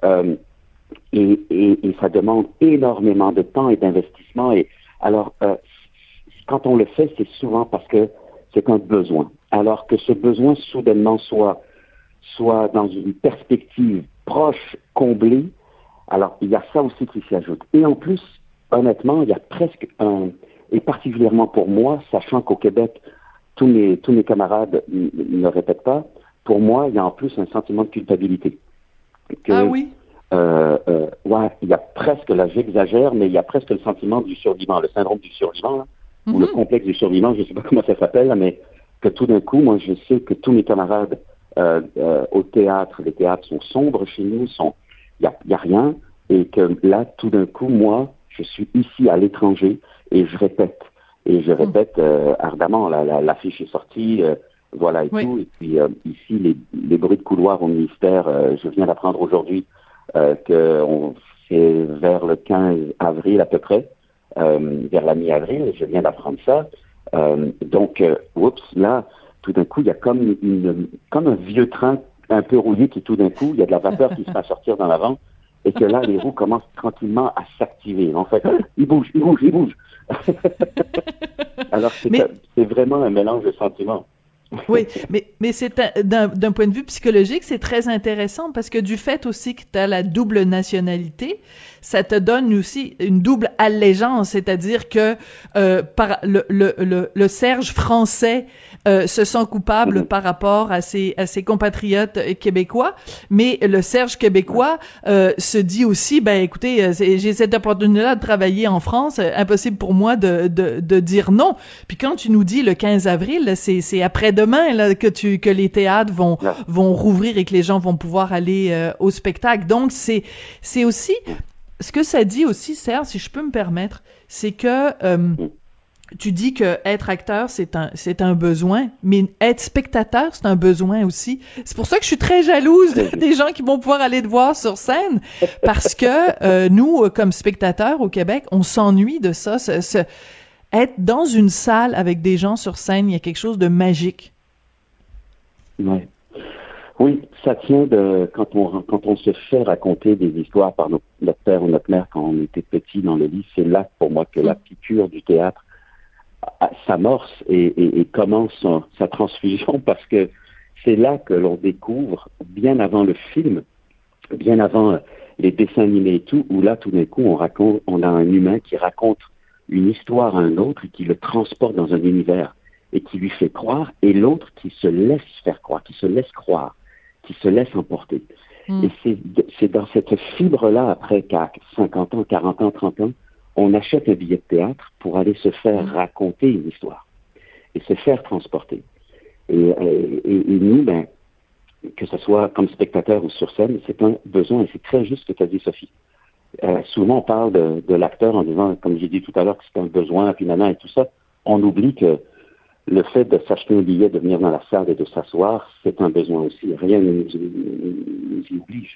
[SPEAKER 7] Et ça demande énormément de temps et d'investissement. Et alors, quand on le fait, c'est souvent parce que c'est un besoin. Alors que ce besoin, soudainement, soit dans une perspective proche, comblée, alors il y a ça aussi qui s'y ajoute. Et en plus, honnêtement, il y a presque et particulièrement pour moi, sachant qu'au Québec, tous mes camarades ne répètent pas, pour moi, il y a en plus un sentiment de culpabilité.
[SPEAKER 5] Oui?
[SPEAKER 7] Il y a presque, là j'exagère, mais il y a presque le sentiment du survivant, le syndrome du survivant, là, ou le complexe du survivant, je ne sais pas comment ça s'appelle, là, mais que tout d'un coup, moi je sais que tous mes camarades au théâtre, les théâtres sont sombres chez nous, il y a rien, et que là, tout d'un coup, moi, je suis ici à l'étranger et je répète. Et je répète ardemment, l'affiche est sortie, voilà et tout. Et puis ici, les bruits de couloir au ministère, je viens d'apprendre aujourd'hui que c'est vers le 15 avril à peu près, vers la mi-avril, je viens d'apprendre ça. Là, tout d'un coup, il y a comme un vieux train un peu rouillé qui tout d'un coup, il y a de la vapeur qui se fait sortir dans l'avant, et que là, les roues commencent tranquillement à s'activer. En fait, ils bougent. Alors, c'est vraiment un mélange de sentiments.
[SPEAKER 5] Oui, mais c'est d'un point de vue psychologique, c'est très intéressant parce que du fait aussi que tu as la double nationalité, ça te donne aussi une double allégeance, c'est-à-dire que par le Serge français se sent coupable par rapport à ses compatriotes québécois, mais le Serge québécois se dit aussi, ben écoutez, j'ai cette opportunité-là de travailler en France, impossible pour moi de dire non. Puis quand tu nous dis le 15 avril, là, c'est après-demain là que les théâtres vont rouvrir et que les gens vont pouvoir aller au spectacle. Donc c'est aussi ce que ça dit aussi, Serge, si je peux me permettre, c'est que tu dis que être acteur, c'est un besoin, mais être spectateur, c'est un besoin aussi. C'est pour ça que je suis très jalouse des gens qui vont pouvoir aller te voir sur scène, parce que nous, comme spectateurs au Québec, on s'ennuie de ça. Être dans une salle avec des gens sur scène, il y a quelque chose de magique.
[SPEAKER 7] Ouais. Oui, ça tient de quand on se fait raconter des histoires par notre père ou notre mère quand on était petit dans le lit. C'est là pour moi que la piqûre du théâtre s'amorce et commence sa transfusion, parce que c'est là que l'on découvre, bien avant le film, bien avant les dessins animés et tout, où là tout d'un coup on a un humain qui raconte une histoire à un autre et qui le transporte dans un univers et qui lui fait croire, et l'autre qui se laisse faire croire, qui se laisse croire, qui se laisse emporter. Et c'est dans cette fibre-là, après qu'à 50 ans, 40 ans, 30 ans, on achète un billet de théâtre pour aller se faire raconter une histoire et se faire transporter. Et nous, ben, que ce soit comme spectateur ou sur scène, c'est un besoin, et c'est très juste ce que tu as dit, Sophie. Souvent, on parle de l'acteur en disant, comme j'ai dit tout à l'heure, que c'est un besoin, puis maintenant et tout ça. On oublie que le fait de s'acheter un billet, de venir dans la salle et de s'asseoir, c'est un besoin aussi. Rien ne nous y oblige.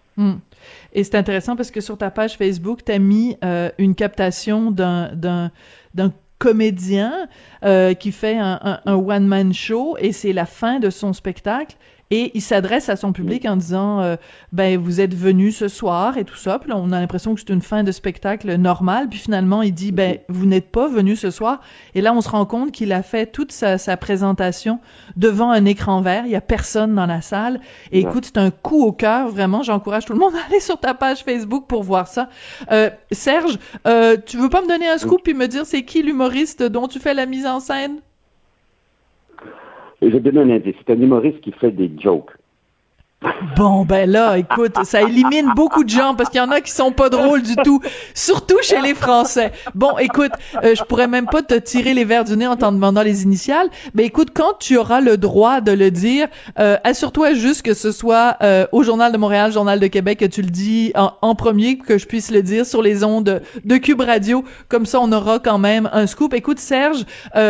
[SPEAKER 5] Et c'est intéressant parce que sur ta page Facebook, tu as mis une captation d'un comédien qui fait un one-man show, et c'est la fin de son spectacle. Et il s'adresse à son public en disant ben vous êtes venus ce soir et tout ça. Puis là, on a l'impression que c'est une fin de spectacle normale. Puis finalement, il dit ben vous n'êtes pas venus ce soir. Et là, on se rend compte qu'il a fait toute sa présentation devant un écran vert. Il y a personne dans la salle. Et écoute, c'est un coup au cœur, vraiment. J'encourage tout le monde à aller sur ta page Facebook pour voir ça. Serge, tu veux pas me donner un scoop puis me dire c'est qui l'humoriste dont tu fais la mise en scène?
[SPEAKER 7] Je vais te donner un indice. C'est un humoriste qui fait des jokes.
[SPEAKER 5] Bon, ben là, écoute, ça élimine beaucoup de gens parce qu'il y en a qui sont pas drôles du tout, surtout chez les Français. Bon, écoute, je pourrais même pas te tirer les verres du nez en t'en demandant les initiales, mais écoute, quand tu auras le droit de le dire, assure-toi juste que ce soit au Journal de Montréal, Journal de Québec, que tu le dis en premier, que je puisse le dire sur les ondes de Cube Radio. Comme ça, on aura quand même un scoop. Écoute, Serge,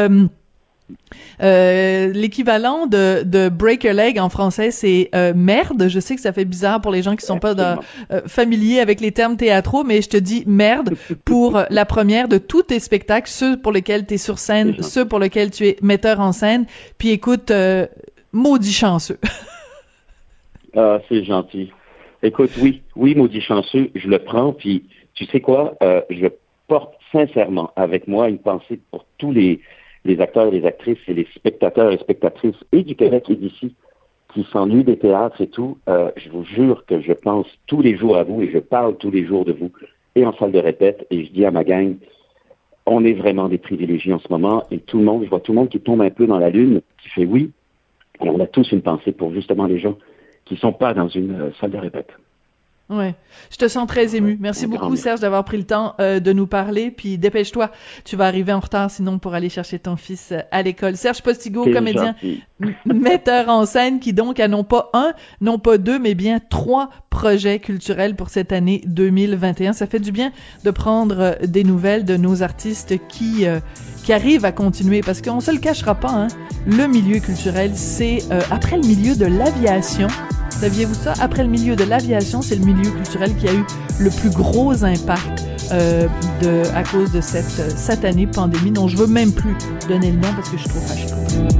[SPEAKER 5] l'équivalent de break a leg en français, c'est merde. Je sais que ça fait bizarre pour les gens qui sont pas familiers avec les termes théâtraux, mais je te dis merde pour la première de tous tes spectacles, ceux pour lesquels tu es sur scène, ceux pour lesquels tu es metteur en scène. Puis écoute, maudit chanceux.
[SPEAKER 7] Ah, c'est gentil. Écoute, oui, maudit chanceux, je le prends, puis tu sais quoi, je porte sincèrement avec moi une pensée pour tous les acteurs et les actrices et les spectateurs et spectatrices et du Québec et d'ici qui s'ennuient des théâtres et tout. Je vous jure que je pense tous les jours à vous et je parle tous les jours de vous et en salle de répète, et je dis à ma gang, on est vraiment des privilégiés en ce moment, et tout le monde, je vois tout le monde qui tombe un peu dans la lune, qui fait oui, et on a tous une pensée pour justement les gens qui sont pas dans une salle de répète.
[SPEAKER 5] Ouais, je te sens très ému. Merci beaucoup, Serge, d'avoir pris le temps de nous parler. Puis dépêche-toi, tu vas arriver en retard sinon pour aller chercher ton fils à l'école. Serge Postigo, comédien, metteur en scène, qui donc a non pas un, non pas deux, mais bien 3 projets culturels pour cette année 2021. Ça fait du bien de prendre des nouvelles de nos artistes qui arrivent à continuer, parce qu'on se le cachera pas, hein. Le milieu culturel, c'est après le milieu de l'aviation, Saviez-vous ça? Après le milieu de l'aviation, c'est le milieu culturel qui a eu le plus gros impact à cause de cette satanée pandémie dont je veux même plus donner le nom parce que je suis trop fâchée.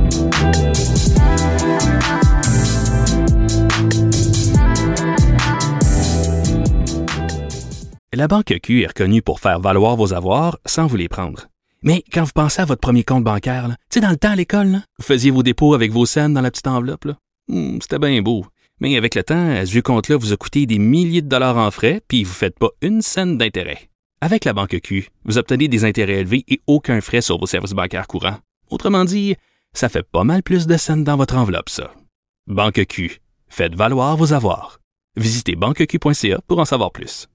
[SPEAKER 1] La Banque Q est reconnue pour faire valoir vos avoirs sans vous les prendre. Mais quand vous pensez à votre premier compte bancaire, tu sais, dans le temps à l'école, là, vous faisiez vos dépôts avec vos scènes dans la petite enveloppe. Là. C'était bien beau. Mais avec le temps, à ce vieux compte-là vous a coûté des milliers de dollars en frais, puis vous ne faites pas une scène d'intérêt. Avec la Banque Q, vous obtenez des intérêts élevés et aucun frais sur vos services bancaires courants. Autrement dit, ça fait pas mal plus de scènes dans votre enveloppe, ça. Banque Q. Faites valoir vos avoirs. Visitez banqueq.ca pour en savoir plus.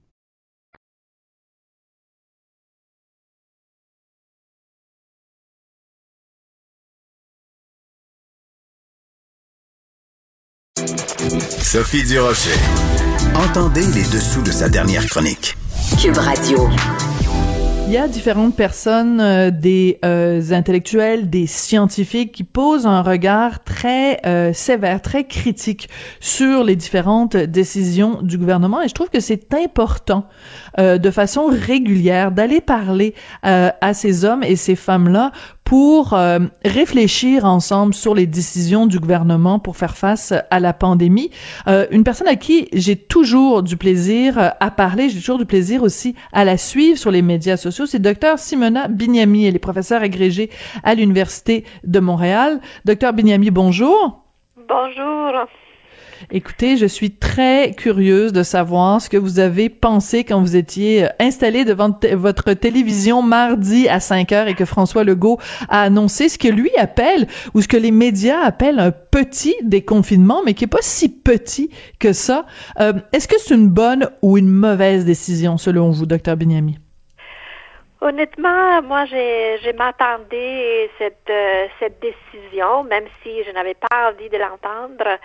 [SPEAKER 6] Sophie Durocher. Entendez les dessous de sa dernière chronique.
[SPEAKER 2] Cube Radio.
[SPEAKER 5] Il y a différentes personnes, des intellectuels, des scientifiques qui posent un regard très sévère, très critique sur les différentes décisions du gouvernement et je trouve que c'est important de façon régulière d'aller parler à ces hommes et ces femmes-là pour réfléchir ensemble sur les décisions du gouvernement pour faire face à la pandémie. Une personne à qui j'ai toujours du plaisir à parler, j'ai toujours du plaisir aussi à la suivre sur les médias sociaux, c'est Dr Simona Bignami. Elle est professeure agrégée à l'Université de Montréal. Dr Bignami, bonjour.
[SPEAKER 8] Bonjour.
[SPEAKER 5] Écoutez, je suis très curieuse de savoir ce que vous avez pensé quand vous étiez installé devant votre télévision mardi à 5h et que François Legault a annoncé ce que lui appelle, ou ce que les médias appellent un petit déconfinement, mais qui est pas si petit que ça. Est-ce que c'est une bonne ou une mauvaise décision, selon vous, Dr Bignami?
[SPEAKER 8] Honnêtement, moi, je m'attendais cette décision, même si je n'avais pas envie de l'entendre.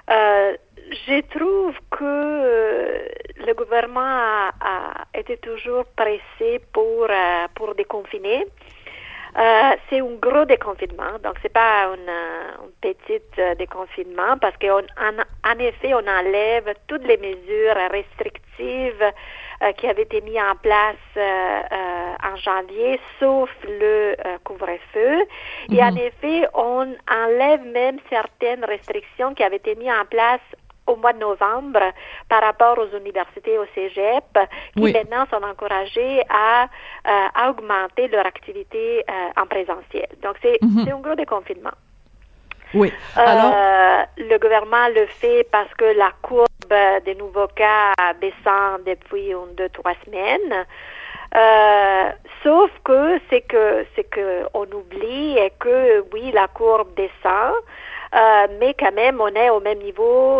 [SPEAKER 8] Je trouve que le gouvernement a été toujours pressé pour déconfiner. C'est un gros déconfinement, donc c'est pas un petit déconfinement parce qu'en effet, on enlève toutes les mesures restrictives qui avaient été mises en place en janvier, sauf le couvre-feu. Et en effet, on enlève même certaines restrictions qui avaient été mises en place au mois de novembre par rapport aux universités, au cégep, qui maintenant sont encouragés à augmenter leur activité en présentiel. Donc, c'est un gros déconfinement.
[SPEAKER 5] Oui. Alors,
[SPEAKER 8] le gouvernement le fait parce que la courbe des nouveaux cas descend depuis 2-3 semaines. Sauf que c'est que on oublie que oui, la courbe descend, mais quand même on est au même niveau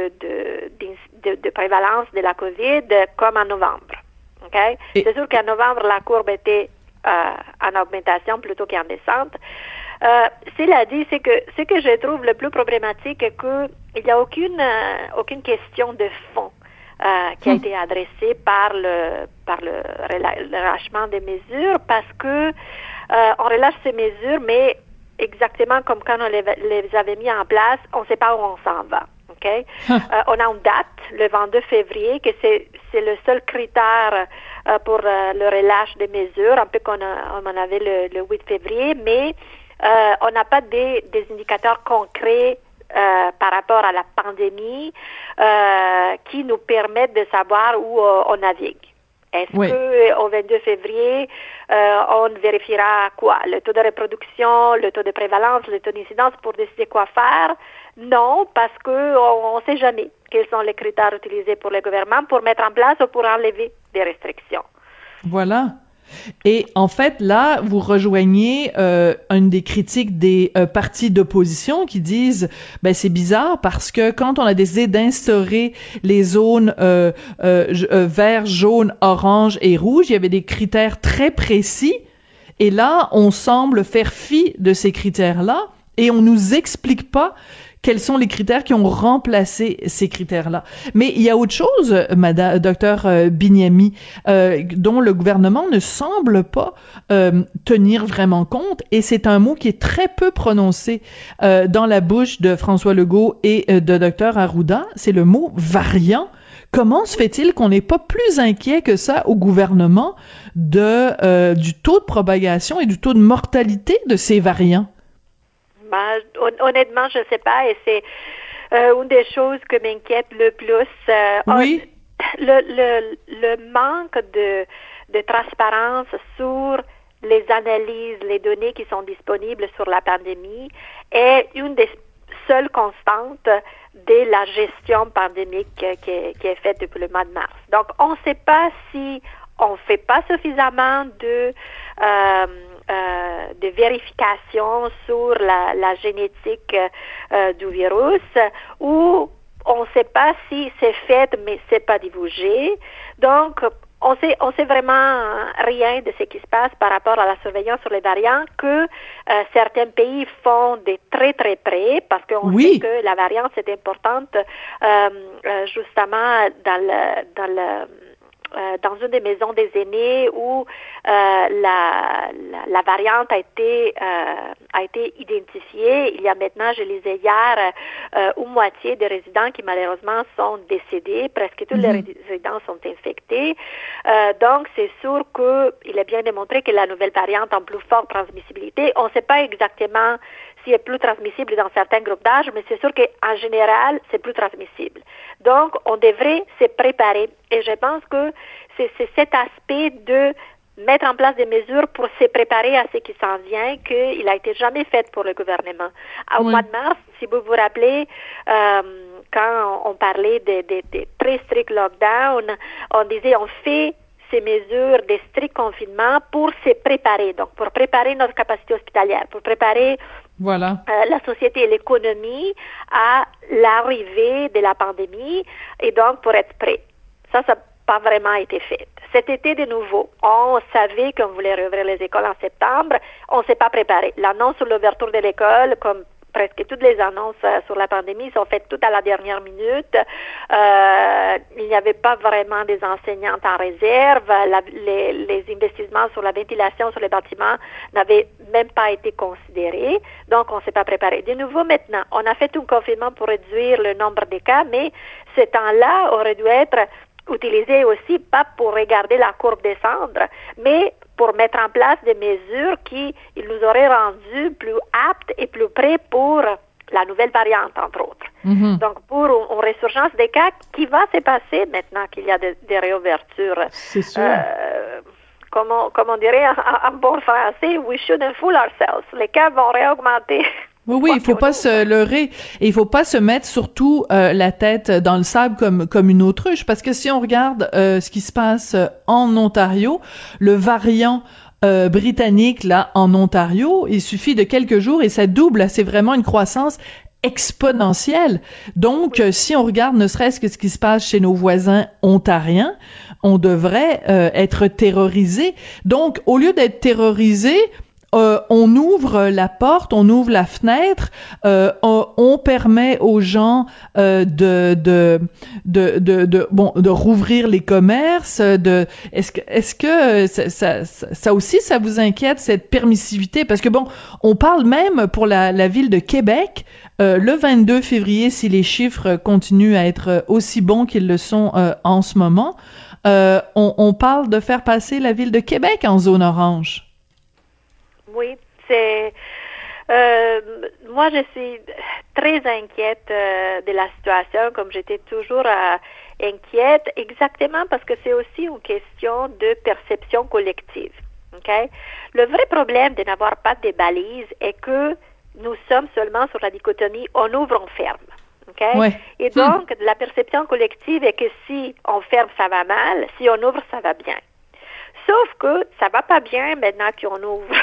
[SPEAKER 8] de prévalence de la COVID comme en novembre. Okay? C'est sûr qu'en novembre la courbe était en augmentation plutôt qu'en descente. Cela dit, c'est que ce que je trouve le plus problématique est qu'il n'y a aucune question de fond qui a été adressée par le relâchement des mesures parce que on relâche ces mesures, mais exactement comme quand on les avait mis en place, on ne sait pas où on s'en va. Okay? On a une date, le 22 février, que c'est le seul critère pour le relâche des mesures, un peu comme on en avait le 8 février, mais on n'a pas des indicateurs concrets par rapport à la pandémie qui nous permettent de savoir où on navigue. Est-ce que au 22 février, on vérifiera quoi? Le taux de reproduction, le taux de prévalence, le taux d'incidence pour décider quoi faire? Non, parce que on sait jamais quels sont les critères utilisés pour le gouvernement pour mettre en place ou pour enlever des restrictions.
[SPEAKER 5] Voilà. Et en fait, là, vous rejoignez une des critiques des partis d'opposition qui disent c'est bizarre parce que quand on a décidé d'instaurer les zones vert, jaune, orange et rouge, il y avait des critères très précis et là, on semble faire fi de ces critères-là et on nous explique pas quels sont les critères qui ont remplacé ces critères-là. Mais il y a autre chose, Madame Docteur Bignami, dont le gouvernement ne semble pas tenir vraiment compte, et c'est un mot qui est très peu prononcé dans la bouche de François Legault et de Dr Arruda, c'est le mot variant. Comment se fait-il qu'on n'est pas plus inquiet que ça au gouvernement du taux de propagation et du taux de mortalité de ces variants?
[SPEAKER 8] Honnêtement, je ne sais pas, et c'est une des choses que m'inquiète le plus.
[SPEAKER 5] Oui.
[SPEAKER 8] Le manque de transparence sur les analyses, les données qui sont disponibles sur la pandémie est une des seules constantes de la gestion pandémique qui est faite depuis le mois de mars. Donc, on ne sait pas si on ne fait pas suffisamment de vérification sur la génétique du virus, ou on ne sait pas si c'est fait mais c'est pas divulgué. Donc, on sait vraiment rien de ce qui se passe par rapport à la surveillance sur les variants que certains pays font de très très près, parce qu'on sait que la variance est importante justement dans une des maisons des aînés où la variante a été identifiée. Il y a maintenant, je lisais hier, une moitié des résidents qui malheureusement sont décédés. Presque tous les résidents sont infectés. Donc, c'est sûr qu'il est bien démontré que la nouvelle variante a une plus forte transmissibilité. On ne sait pas exactement si est plus transmissible dans certains groupes d'âge, mais c'est sûr qu'en général, c'est plus transmissible. Donc, on devrait se préparer. Et je pense que c'est cet aspect de mettre en place des mesures pour se préparer à ce qui s'en vient qu'il a été jamais fait pour le gouvernement. Au mois de mars, si vous vous rappelez, quand on parlait des très stricts lockdowns, on disait on fait ces mesures de strict confinement pour se préparer, donc pour préparer notre capacité hospitalière, pour préparer la société et l'économie à l'arrivée de la pandémie, et donc pour être prêt. Ça n'a pas vraiment été fait. Cet été, de nouveau, on savait qu'on voulait rouvrir les écoles en septembre. On ne s'est pas préparé. L'annonce sur l'ouverture de l'école, comme presque toutes les annonces sur la pandémie, sont faites toutes à la dernière minute. Il n'y avait pas vraiment des enseignantes en réserve. Les investissements sur la ventilation sur les bâtiments n'avaient même pas été considérés. Donc, on ne s'est pas préparé. De nouveau, maintenant, on a fait un confinement pour réduire le nombre de cas, mais ce temps-là aurait dû être utilisé aussi, pas pour regarder la courbe descendre, mais pour mettre en place des mesures qui nous auraient rendus plus aptes et plus prêts pour la nouvelle variante, entre autres. Donc, pour une résurgence des cas qui va se passer maintenant qu'il y a des réouvertures.
[SPEAKER 5] C'est sûr.
[SPEAKER 8] Comme on dirait en bon français, we shouldn't fool ourselves. Les cas vont réaugmenter.
[SPEAKER 5] Oui, il faut pas se leurrer et il faut pas se mettre surtout la tête dans le sable comme une autruche, parce que si on regarde ce qui se passe en Ontario, le variant britannique là en Ontario, il suffit de quelques jours et ça double, c'est vraiment une croissance exponentielle. Donc si on regarde ne serait-ce que ce qui se passe chez nos voisins ontariens, on devrait être terrorisé. Donc au lieu d'être terrorisé, on ouvre la porte, on ouvre la fenêtre, on permet aux gens de rouvrir les commerces. Est-ce que ça aussi ça vous inquiète, cette permissivité? Parce que bon, on parle même pour la ville de Québec, le 22 février, si les chiffres continuent à être aussi bons qu'ils le sont en ce moment, on parle de faire passer la ville de Québec en zone orange.
[SPEAKER 8] Oui, c'est... moi, je suis très inquiète de la situation, comme j'étais toujours inquiète, exactement parce que c'est aussi une question de perception collective. Okay? Le vrai problème de n'avoir pas de balises est que nous sommes seulement sur la dichotomie on ouvre, on ferme. Okay? Ouais. Et donc, la perception collective est que si on ferme, ça va mal, si on ouvre, ça va bien. Sauf que ça va pas bien maintenant qu'on ouvre.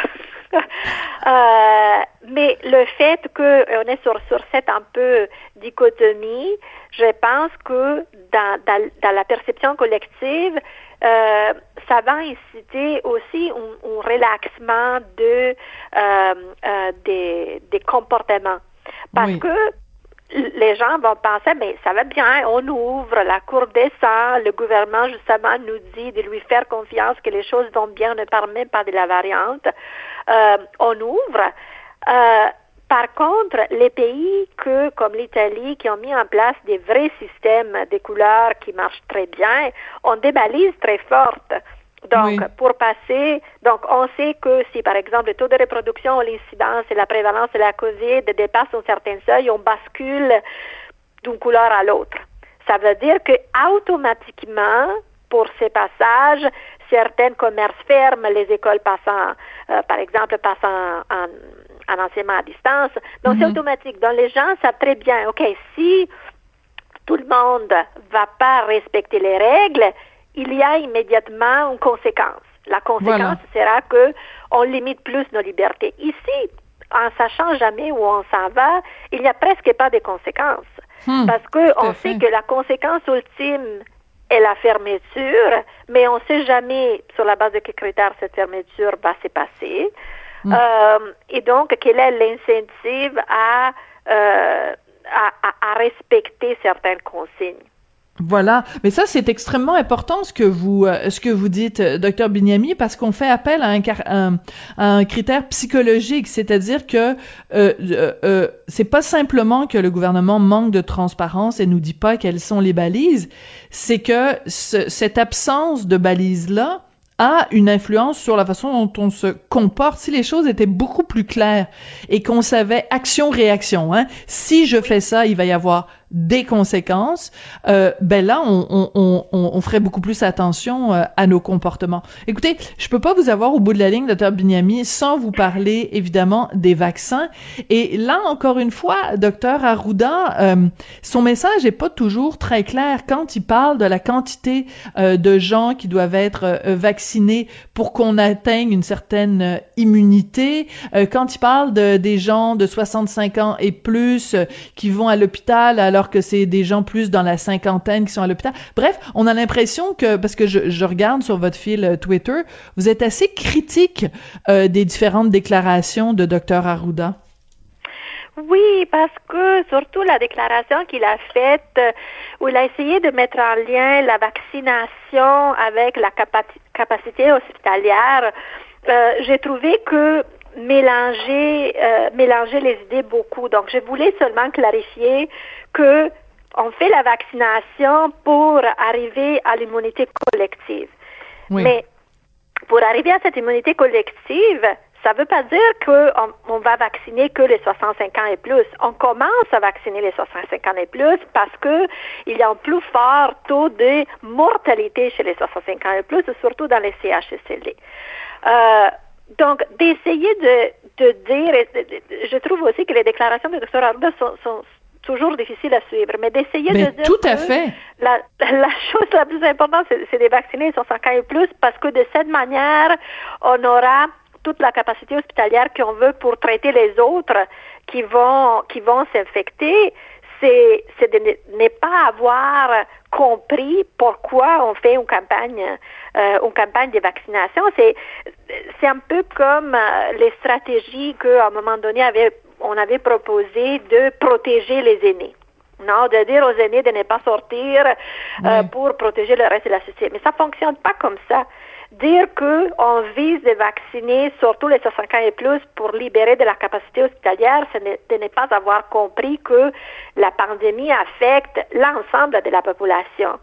[SPEAKER 8] Mais le fait qu'on est sur cette un peu dichotomie, je pense que dans la perception collective, ça va inciter aussi un relaxement des comportements. Parce que les gens vont penser, mais ça va bien, on ouvre, la courbe descend, le gouvernement, justement, nous dit de lui faire confiance que les choses vont bien, on ne parle même pas de la variante. On ouvre. Par contre, les pays comme l'Italie, qui ont mis en place des vrais systèmes de couleurs qui marchent très bien, ont des balises très fortes. Donc, pour passer, on sait que si, par exemple, le taux de reproduction, l'incidence et la prévalence de la COVID dépassent un certain seuil, on bascule d'une couleur à l'autre. Ça veut dire que automatiquement, pour ces passages, certains commerces ferment, les écoles passent, par exemple, en enseignement à distance. Donc, c'est automatique. Donc, les gens savent très bien, OK, si tout le monde va pas respecter les règles, il y a immédiatement une conséquence. La conséquence sera que on limite plus nos libertés. Ici, en sachant jamais où on s'en va, il n'y a presque pas de conséquences. Parce que on sait que la conséquence ultime est la fermeture, mais on ne sait jamais sur la base de quels critères cette fermeture va se passer. Et donc, quel est l'incentive à respecter certaines consignes.
[SPEAKER 5] Voilà, mais ça c'est extrêmement important ce que vous dites, Dr Bignami, parce qu'on fait appel à un critère psychologique, c'est-à-dire que c'est pas simplement que le gouvernement manque de transparence et nous dit pas quelles sont les balises, c'est que cette absence de balises là a une influence sur la façon dont on se comporte. Si les choses étaient beaucoup plus claires et qu'on savait action-réaction, si je fais ça, il va y avoir des conséquences, ben là, on ferait beaucoup plus attention à nos comportements. Écoutez, je peux pas vous avoir au bout de la ligne, Dr Bignami, sans vous parler, évidemment, des vaccins. Et là, encore une fois, Dr Arruda, son message est pas toujours très clair quand il parle de la quantité de gens qui doivent être vaccinés pour qu'on atteigne une certaine immunité, quand il parle des gens de 65 ans et plus qui vont à l'hôpital alors que c'est des gens plus dans la cinquantaine qui sont à l'hôpital. Bref, on a l'impression que, parce que je regarde sur votre fil Twitter, vous êtes assez critique des différentes déclarations de Dr Arruda.
[SPEAKER 8] Oui, parce que surtout la déclaration qu'il a faite, où il a essayé de mettre en lien la vaccination avec la capacité hospitalière, j'ai trouvé que mélanger les idées beaucoup. Donc, je voulais seulement clarifier que on fait la vaccination pour arriver à l'immunité collective. Oui. Mais pour arriver à cette immunité collective, ça ne veut pas dire qu'on va vacciner que les 65 ans et plus. On commence à vacciner les 65 ans et plus parce que il y a un plus fort taux de mortalité chez les 65 ans et plus, surtout dans les CHSLD. Donc, d'essayer de dire, je trouve aussi que les déclarations de Dr Arruda sont toujours difficiles à suivre, mais d'essayer de dire
[SPEAKER 5] tout à fait.
[SPEAKER 8] La chose la plus importante, c'est de vacciner les 65 ans et plus, parce que de cette manière, on aura toute la capacité hospitalière qu'on veut pour traiter les autres qui vont s'infecter. C'est de ne pas avoir compris pourquoi on fait une campagne de vaccination. C'est un peu comme les stratégies qu'à un moment donné on avait proposé de protéger les aînés. Non, de dire aux aînés de ne pas sortir pour protéger le reste de la société. Mais ça fonctionne pas comme ça. Dire qu'on vise de vacciner surtout les 65 ans et plus pour libérer de la capacité hospitalière, c'est de ne pas avoir compris que la pandémie affecte l'ensemble de la population.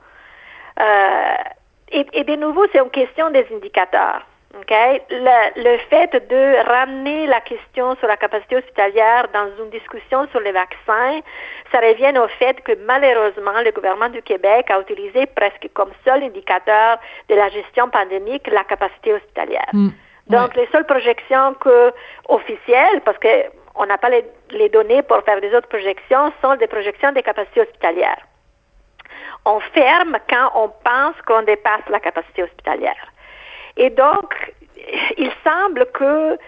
[SPEAKER 8] Et de nouveau, c'est une question des indicateurs. Okay? Le fait de ramener la question sur la capacité hospitalière dans une discussion sur les vaccins, ça revient au fait que malheureusement, le gouvernement du Québec a utilisé presque comme seul indicateur de la gestion pandémique la capacité hospitalière. Donc, les seules projections officielles, parce que on n'a pas les données pour faire des autres projections, sont des projections des capacités hospitalières. On ferme quand on pense qu'on dépasse la capacité hospitalière. Et donc, il semble que,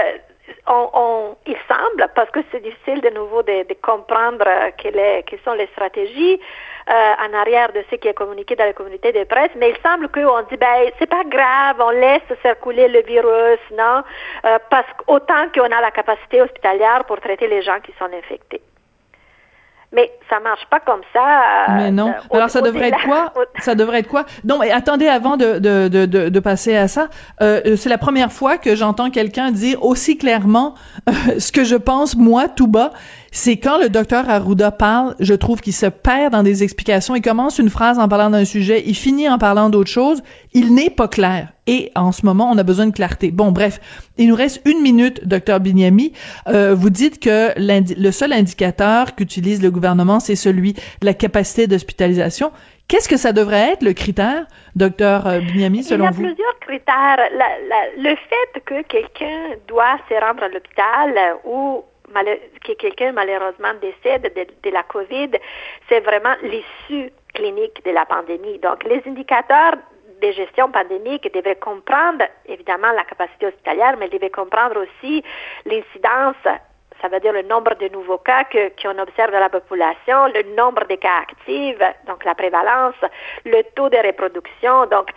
[SPEAKER 8] il semble, parce que c'est difficile de nouveau de comprendre quelles sont les stratégies en arrière de ce qui est communiqué dans la communauté de presse, mais il semble qu'on dit, c'est pas grave, on laisse circuler le virus, non, parce qu'autant qu'on a la capacité hospitalière pour traiter les gens qui sont infectés. Mais ça marche pas comme ça.
[SPEAKER 5] Mais non. Alors ça devrait être quoi? Ça devrait être quoi? Non, mais attendez, avant de passer à ça, c'est la première fois que j'entends quelqu'un dire aussi clairement ce que je pense, moi, tout bas. C'est quand le docteur Arruda parle, je trouve qu'il se perd dans des explications. Il commence une phrase en parlant d'un sujet, il finit en parlant d'autre chose. Il n'est pas clair. Et en ce moment, on a besoin de clarté. Bon, bref, il nous reste 1 minute, docteur Bignami. Vous dites que le seul indicateur qu'utilise le gouvernement, c'est celui de la capacité d'hospitalisation. Qu'est-ce que ça devrait être, le critère, docteur Bignami, selon vous?
[SPEAKER 8] Il y a plusieurs critères. Le fait que quelqu'un doit se rendre à l'hôpital ou que quelqu'un malheureusement décède de la COVID, c'est vraiment l'issue clinique de la pandémie. Donc, les indicateurs de gestion pandémique devaient comprendre, évidemment, la capacité hospitalière, mais ils devaient comprendre aussi l'incidence, ça veut dire le nombre de nouveaux cas qu'on observe dans la population, le nombre de cas actifs, donc la prévalence, le taux de reproduction. Donc,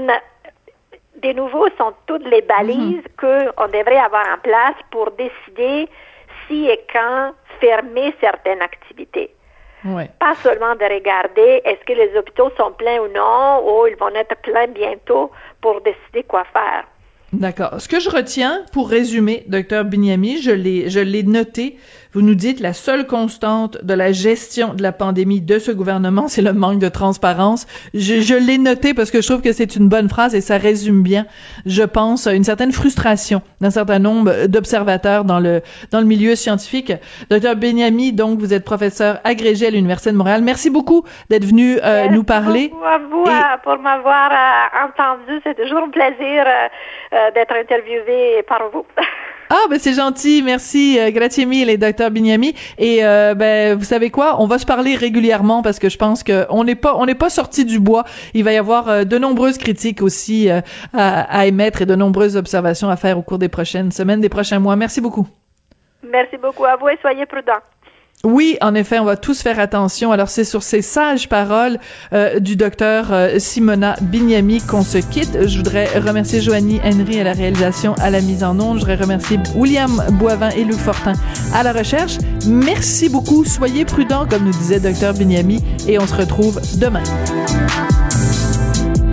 [SPEAKER 8] de nouveau, sont toutes les balises qu'on devrait avoir en place pour décider si et quand fermer certaines activités.
[SPEAKER 5] Oui.
[SPEAKER 8] Pas seulement de regarder est-ce que les hôpitaux sont pleins ou non, ou ils vont être pleins bientôt pour décider quoi faire.
[SPEAKER 5] D'accord. Ce que je retiens, pour résumer, docteur Bignami, je l'ai noté. Vous nous dites la seule constante de la gestion de la pandémie de ce gouvernement, c'est le manque de transparence. Je l'ai noté parce que je trouve que c'est une bonne phrase et ça résume bien, je pense, une certaine frustration d'un certain nombre d'observateurs dans le milieu scientifique. Docteur Bignami, donc, vous êtes professeur agrégé à l'Université de Montréal. Merci beaucoup d'être venu nous parler.
[SPEAKER 8] Merci beaucoup à vous pour m'avoir entendu. C'est toujours un plaisir d'être interviewé par vous.
[SPEAKER 5] Ah, ben c'est gentil, merci, grazie mille, docteur Bignami. Et ben vous savez quoi, on va se parler régulièrement parce que je pense que on n'est pas sorti du bois. Il va y avoir de nombreuses critiques aussi à émettre et de nombreuses observations à faire au cours des prochaines semaines, des prochains mois. Merci beaucoup.
[SPEAKER 8] Merci beaucoup à vous et soyez prudents.
[SPEAKER 5] Oui, en effet, on va tous faire attention. Alors, c'est sur ces sages paroles du docteur Simona Bignami qu'on se quitte. Je voudrais remercier Joanie Henry à la réalisation, à la mise en onde. Je voudrais remercier William Boivin et Luc Fortin à la recherche. Merci beaucoup. Soyez prudents, comme nous disait docteur Bignami, et on se retrouve demain.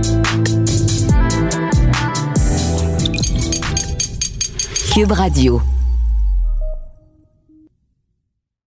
[SPEAKER 2] Cube Radio.